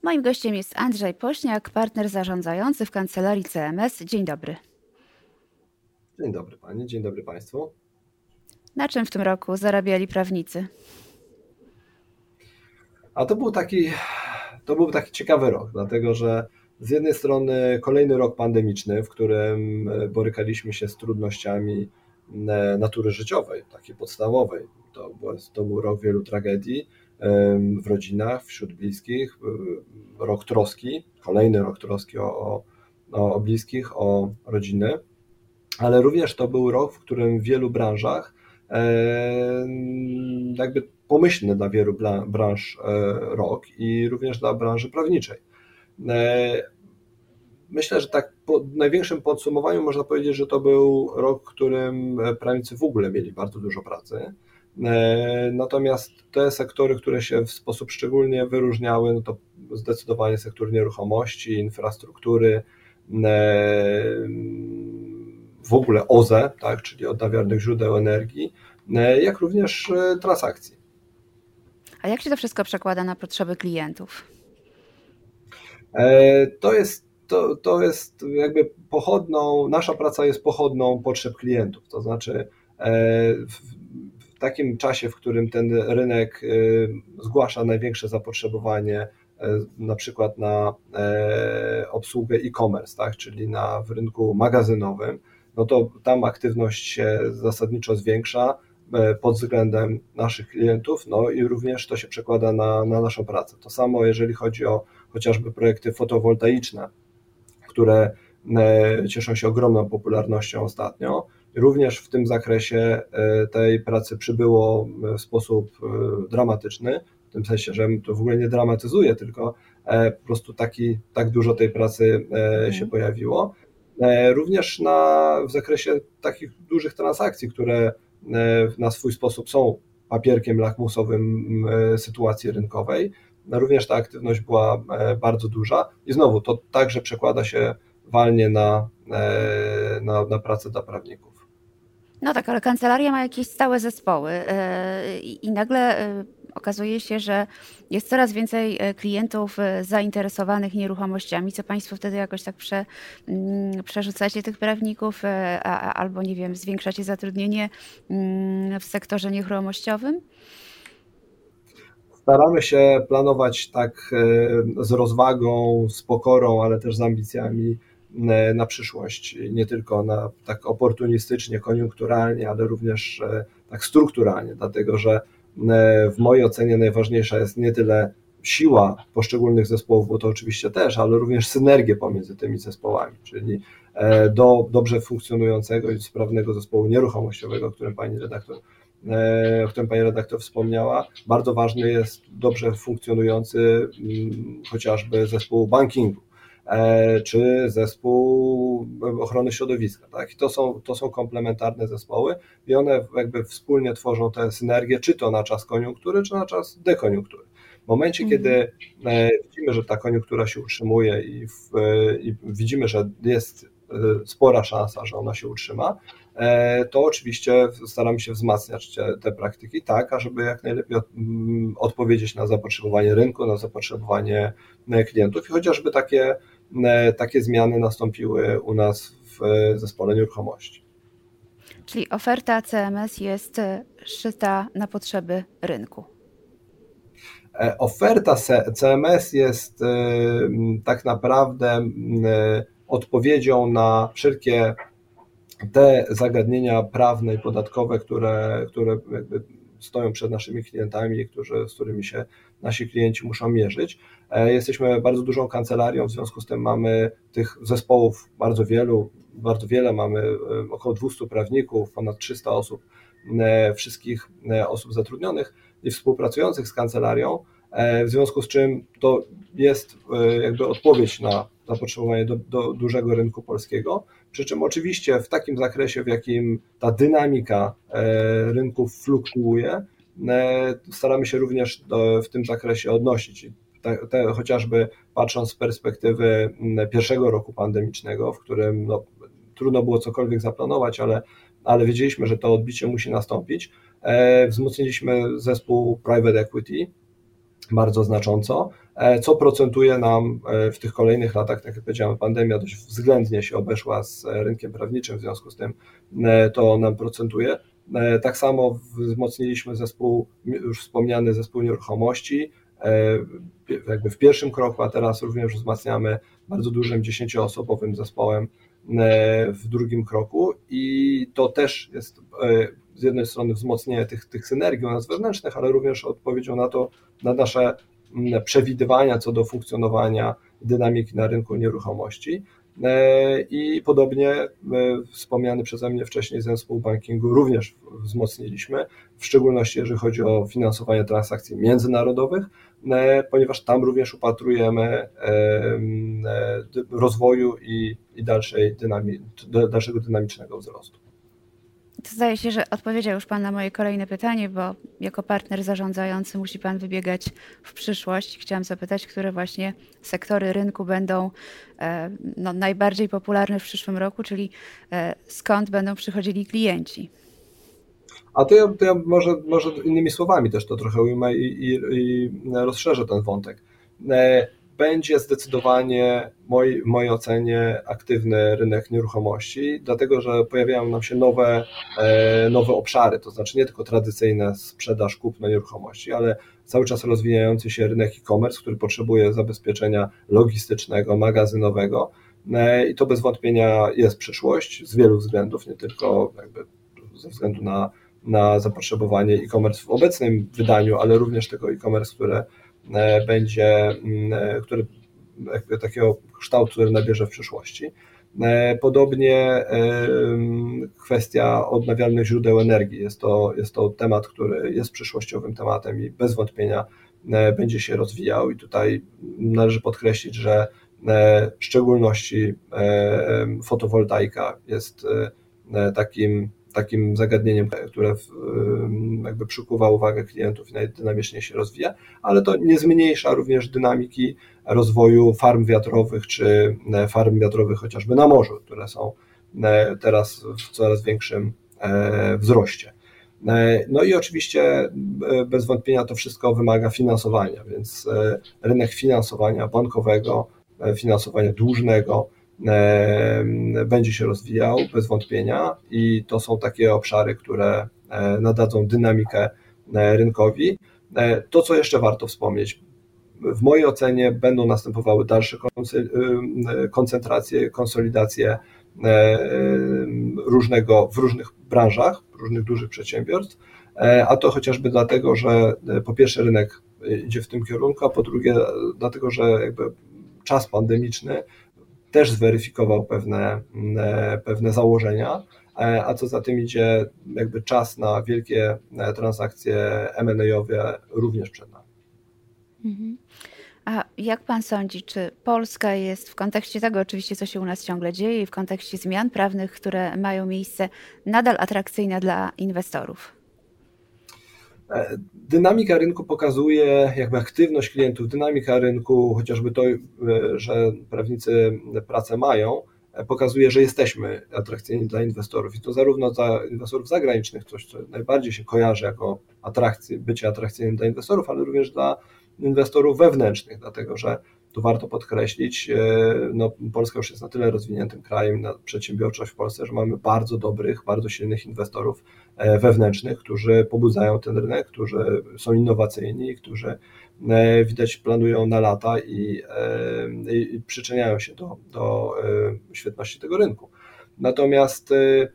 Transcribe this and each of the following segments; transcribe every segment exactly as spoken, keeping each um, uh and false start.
Moim gościem jest Andrzej Pośniak, partner zarządzający w kancelarii C M S. Dzień dobry. Dzień dobry Pani, dzień dobry Państwu. Na czym w tym roku zarabiali prawnicy? A to był taki, to był taki ciekawy rok, dlatego że z jednej strony kolejny rok pandemiczny, w którym borykaliśmy się z trudnościami natury życiowej, takiej podstawowej. To, było, to był rok wielu tragedii w rodzinach, wśród bliskich, rok troski, kolejny rok troski o, o, o bliskich, o rodziny, ale również to był rok, w którym w wielu branżach jakby pomyślny dla wielu branż rok i również dla branży prawniczej. Myślę, że tak po największym podsumowaniu można powiedzieć, że to był rok, w którym prawnicy w ogóle mieli bardzo dużo pracy. Natomiast te sektory, które się w sposób szczególnie wyróżniały, no to zdecydowanie sektor nieruchomości, infrastruktury, w ogóle O Z E, tak, czyli odnawialnych źródeł energii, jak również transakcji. A jak się to wszystko przekłada na potrzeby klientów? To jest, to, to jest jakby pochodną, nasza praca jest pochodną potrzeb klientów, to znaczy w takim czasie, w którym ten rynek zgłasza największe zapotrzebowanie na przykład na obsługę e-commerce, tak, czyli na w rynku magazynowym, no to tam aktywność się zasadniczo zwiększa pod względem naszych klientów, no i również to się przekłada na, na naszą pracę. To samo jeżeli chodzi o chociażby projekty fotowoltaiczne, które cieszą się ogromną popularnością ostatnio. Również w tym zakresie tej pracy przybyło w sposób dramatyczny, w tym sensie, że to w ogóle nie dramatyzuje, tylko po prostu taki, tak dużo tej pracy się pojawiło. Również na, w zakresie takich dużych transakcji, które na swój sposób są papierkiem lakmusowym sytuacji rynkowej, również ta aktywność była bardzo duża i znowu to także przekłada się walnie na, na, na pracę dla prawników. No tak, ale kancelaria ma jakieś stałe zespoły i nagle okazuje się, że jest coraz więcej klientów zainteresowanych nieruchomościami. Co Państwo wtedy jakoś tak prze, przerzucacie tych prawników albo, nie wiem, zwiększacie zatrudnienie w sektorze nieruchomościowym? Staramy się planować tak z rozwagą, z pokorą, ale też z ambicjami na przyszłość, nie tylko na tak oportunistycznie, koniunkturalnie, ale również tak strukturalnie, dlatego że w mojej ocenie najważniejsza jest nie tyle siła poszczególnych zespołów, bo to oczywiście też, ale również synergię pomiędzy tymi zespołami, czyli do dobrze funkcjonującego i sprawnego zespołu nieruchomościowego, o którym pani redaktor o którym pani redaktor wspomniała, bardzo ważny jest dobrze funkcjonujący chociażby zespół bankingu, czy zespół ochrony środowiska. Tak? I to są, to są komplementarne zespoły i one jakby wspólnie tworzą tę synergię, czy to na czas koniunktury, czy na czas dekoniunktury. W momencie, mm. kiedy widzimy, że ta koniunktura się utrzymuje i, w, i widzimy, że jest spora szansa, że ona się utrzyma, to oczywiście staramy się wzmacniać te, te praktyki tak, ażeby jak najlepiej od, odpowiedzieć na zapotrzebowanie rynku, na zapotrzebowanie klientów i chociażby takie, takie zmiany nastąpiły u nas w zespole nieruchomości. Czyli oferta C M S jest szyta na potrzeby rynku. Oferta C M S jest tak naprawdę odpowiedzią na wszelkie te zagadnienia prawne i podatkowe, które, które jakby stoją przed naszymi klientami, którzy, z którymi się nasi klienci muszą mierzyć. Jesteśmy bardzo dużą kancelarią, w związku z tym mamy tych zespołów bardzo wielu, bardzo wiele, mamy około dwieście prawników, ponad trzysta osób, wszystkich osób zatrudnionych i współpracujących z kancelarią, w związku z czym to jest jakby odpowiedź na zapotrzebowanie do, do dużego rynku polskiego, przy czym oczywiście w takim zakresie, w jakim ta dynamika rynków fluktuuje, staramy się również do, w tym zakresie odnosić. Te, te, chociażby patrząc z perspektywy pierwszego roku pandemicznego, w którym no, trudno było cokolwiek zaplanować, ale, ale wiedzieliśmy, że to odbicie musi nastąpić, wzmocniliśmy zespół Private Equity, bardzo znacząco, co procentuje nam w tych kolejnych latach. Tak jak powiedziałem, pandemia dość względnie się obeszła z rynkiem prawniczym, w związku z tym to nam procentuje. Tak samo wzmocniliśmy zespół, już wspomniany zespół nieruchomości, jakby w pierwszym kroku, a teraz również wzmacniamy bardzo dużym dziesięcioosobowym zespołem w drugim kroku i to też jest z jednej strony wzmocnienie tych, tych synergii u nas wewnętrznych, ale również odpowiedzią na to, na nasze przewidywania co do funkcjonowania dynamiki na rynku nieruchomości. I podobnie wspomniany przeze mnie wcześniej zespół bankingu również wzmocniliśmy, w szczególności jeżeli chodzi o finansowanie transakcji międzynarodowych, ponieważ tam również upatrujemy rozwoju i, i dalszej dynami, dalszego dynamicznego wzrostu. To zdaje się, że odpowiedział już Pan na moje kolejne pytanie, bo jako partner zarządzający musi Pan wybiegać w przyszłość. Chciałam zapytać, które właśnie sektory rynku będą no, najbardziej popularne w przyszłym roku, czyli skąd będą przychodzili klienci? A to ja, to ja może, może innymi słowami też to trochę ujmę i, i, i rozszerzę ten wątek. Będzie zdecydowanie w mojej, w mojej ocenie aktywny rynek nieruchomości, dlatego że pojawiają nam się nowe, nowe obszary, to znaczy nie tylko tradycyjna sprzedaż, kupno nieruchomości, ale cały czas rozwijający się rynek e-commerce, który potrzebuje zabezpieczenia logistycznego, magazynowego i to bez wątpienia jest przyszłość z wielu względów, nie tylko jakby ze względu na, na zapotrzebowanie e-commerce w obecnym wydaniu, ale również tego e-commerce, które będzie, który jakby takiego kształtu, który nabierze w przyszłości. Podobnie kwestia odnawialnych źródeł energii. Jest to, jest to temat, który jest przyszłościowym tematem i bez wątpienia będzie się rozwijał i tutaj należy podkreślić, że w szczególności fotowoltaika jest takim takim zagadnieniem, które jakby przykuwa uwagę klientów i najdynamiczniej się rozwija, ale to nie zmniejsza również dynamiki rozwoju farm wiatrowych czy farm wiatrowych chociażby na morzu, które są teraz w coraz większym wzroście. No i oczywiście bez wątpienia to wszystko wymaga finansowania, więc rynek finansowania bankowego, finansowania dłużnego będzie się rozwijał bez wątpienia i to są takie obszary, które nadadzą dynamikę rynkowi. To, co jeszcze warto wspomnieć, w mojej ocenie będą następowały dalsze koncentracje, konsolidacje różnego, w różnych branżach, różnych dużych przedsiębiorstw, a to chociażby dlatego, że po pierwsze rynek idzie w tym kierunku, a po drugie dlatego, że jakby czas pandemiczny też zweryfikował pewne, pewne założenia, a co za tym idzie, jakby czas na wielkie transakcje em and a-owe również przed nami. Mhm. A jak Pan sądzi, czy Polska jest w kontekście tego oczywiście, co się u nas ciągle dzieje i w kontekście zmian prawnych, które mają miejsce, nadal atrakcyjna dla inwestorów? Dynamika rynku pokazuje, jakby aktywność klientów, dynamika rynku, chociażby to, że prawnicy pracę mają, pokazuje, że jesteśmy atrakcyjni dla inwestorów i to zarówno dla inwestorów zagranicznych, coś co najbardziej się kojarzy jako atrakcje, bycie atrakcyjnym dla inwestorów, ale również dla inwestorów wewnętrznych, dlatego że tu warto podkreślić, no Polska już jest na tyle rozwiniętym krajem na przedsiębiorczość w Polsce, że mamy bardzo dobrych, bardzo silnych inwestorów wewnętrznych, którzy pobudzają ten rynek, którzy są innowacyjni, którzy widać planują na lata i, i przyczyniają się do, do świetności tego rynku. Natomiast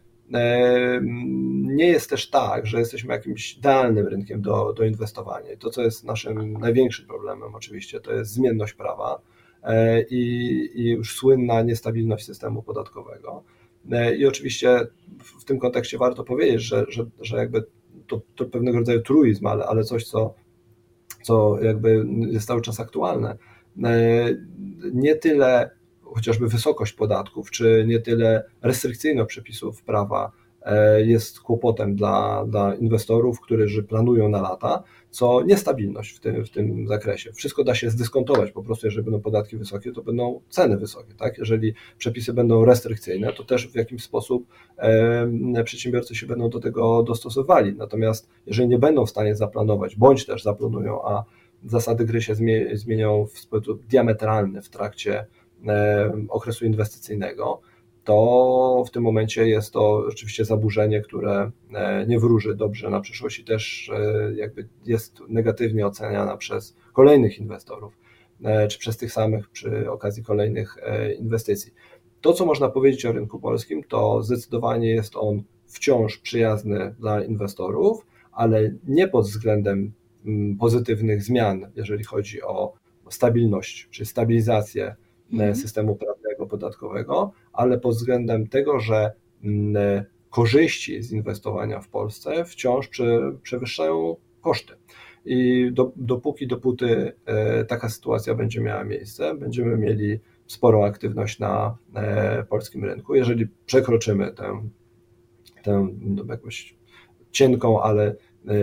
nie jest też tak, że jesteśmy jakimś idealnym rynkiem do, do inwestowania. I to, co jest naszym największym problemem oczywiście, to jest zmienność prawa i, i już słynna niestabilność systemu podatkowego. I oczywiście w tym kontekście warto powiedzieć, że, że, że jakby to, to pewnego rodzaju truizm, ale, ale coś, co, co jakby jest cały czas aktualne. Nie tyle chociażby wysokość podatków, czy nie tyle restrykcyjność przepisów prawa jest kłopotem dla, dla inwestorów, którzy planują na lata, co niestabilność w tym, w tym zakresie. Wszystko da się zdyskontować, po prostu jeżeli będą podatki wysokie, to będą ceny wysokie, tak? Jeżeli przepisy będą restrykcyjne, to też w jakiś sposób e, przedsiębiorcy się będą do tego dostosowali, natomiast jeżeli nie będą w stanie zaplanować, bądź też zaplanują, a zasady gry się zmienią w sposób diametralny w trakcie okresu inwestycyjnego, to w tym momencie jest to oczywiście zaburzenie, które nie wróży dobrze na przyszłość i też jakby jest negatywnie oceniana przez kolejnych inwestorów, czy przez tych samych przy okazji kolejnych inwestycji. To, co można powiedzieć o rynku polskim, to zdecydowanie jest on wciąż przyjazny dla inwestorów, ale nie pod względem pozytywnych zmian, jeżeli chodzi o stabilność, czy stabilizację systemu prawnego, podatkowego, ale pod względem tego, że korzyści z inwestowania w Polsce wciąż przewyższają koszty. I do, dopóki, dopóty taka sytuacja będzie miała miejsce, będziemy mieli sporą aktywność na polskim rynku. Jeżeli przekroczymy tę, tę jakąś cienką, ale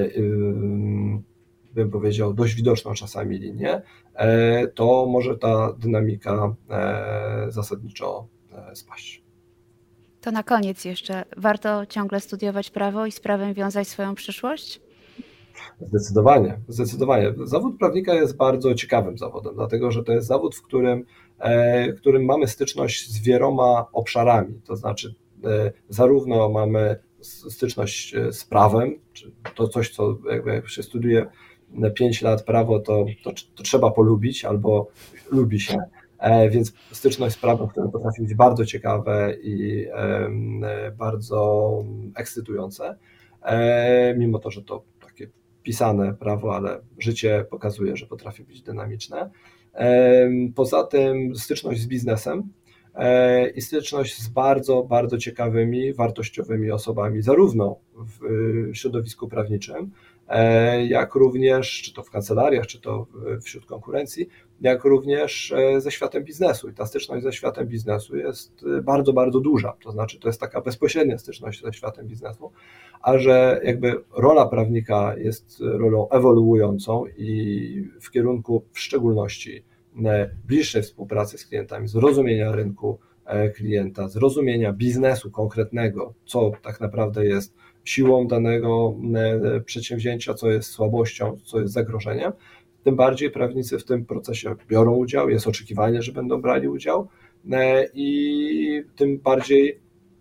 bym powiedział dość widoczną czasami linię, to może ta dynamika zasadniczo spaść. To na koniec jeszcze, warto ciągle studiować prawo i z prawem wiązać swoją przyszłość? Zdecydowanie, zdecydowanie. Zawód prawnika jest bardzo ciekawym zawodem, dlatego że to jest zawód, w którym, w którym mamy styczność z wieloma obszarami, to znaczy zarówno mamy styczność z prawem, czy to coś, co jakby jak się studiuje pięć lat prawo, to, to, to trzeba polubić albo lubi się, więc styczność z prawem, które potrafi być bardzo ciekawe i bardzo ekscytujące, mimo to, że to takie pisane prawo, ale życie pokazuje, że potrafi być dynamiczne. Poza tym styczność z biznesem i styczność z bardzo, bardzo ciekawymi, wartościowymi osobami, zarówno w środowisku prawniczym, jak również, czy to w kancelariach, czy to wśród konkurencji, jak również ze światem biznesu. I ta styczność ze światem biznesu jest bardzo, bardzo duża. To znaczy, to jest taka bezpośrednia styczność ze światem biznesu, a że jakby rola prawnika jest rolą ewoluującą i w kierunku w szczególności bliższej współpracy z klientami, zrozumienia rynku klienta, zrozumienia biznesu konkretnego, co tak naprawdę jest siłą danego przedsięwzięcia, co jest słabością, co jest zagrożeniem, tym bardziej prawnicy w tym procesie biorą udział, jest oczekiwanie, że będą brali udział i tym bardziej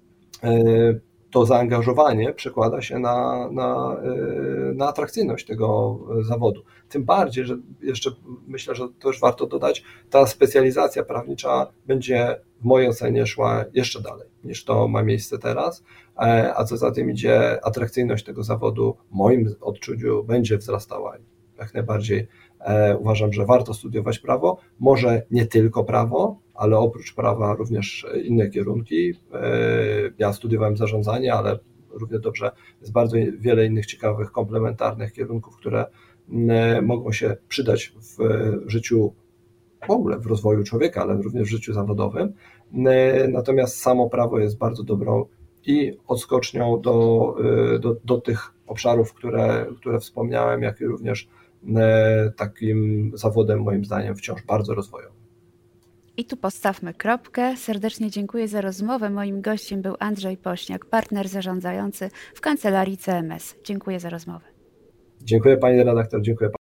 to zaangażowanie przekłada się na, na, na atrakcyjność tego zawodu. Tym bardziej, że jeszcze myślę, że też warto dodać, ta specjalizacja prawnicza będzie w mojej ocenie szła jeszcze dalej niż to ma miejsce teraz, a co za tym idzie, atrakcyjność tego zawodu w moim odczuciu będzie wzrastała. Jak najbardziej uważam, że warto studiować prawo, może nie tylko prawo, ale oprócz prawa również inne kierunki. Ja studiowałem zarządzanie, ale równie dobrze jest bardzo wiele innych ciekawych, komplementarnych kierunków, które mogą się przydać w życiu, w ogóle w rozwoju człowieka, ale również w życiu zawodowym. Natomiast samo prawo jest bardzo dobrą i odskocznią do, do, do tych obszarów, które, które wspomniałem, jak i również takim zawodem moim zdaniem wciąż bardzo rozwojowym. I tu postawmy kropkę. Serdecznie dziękuję za rozmowę. Moim gościem był Andrzej Pośniak, partner zarządzający w kancelarii C M S. Dziękuję za rozmowę. Dziękuję pani redaktor, dziękuję.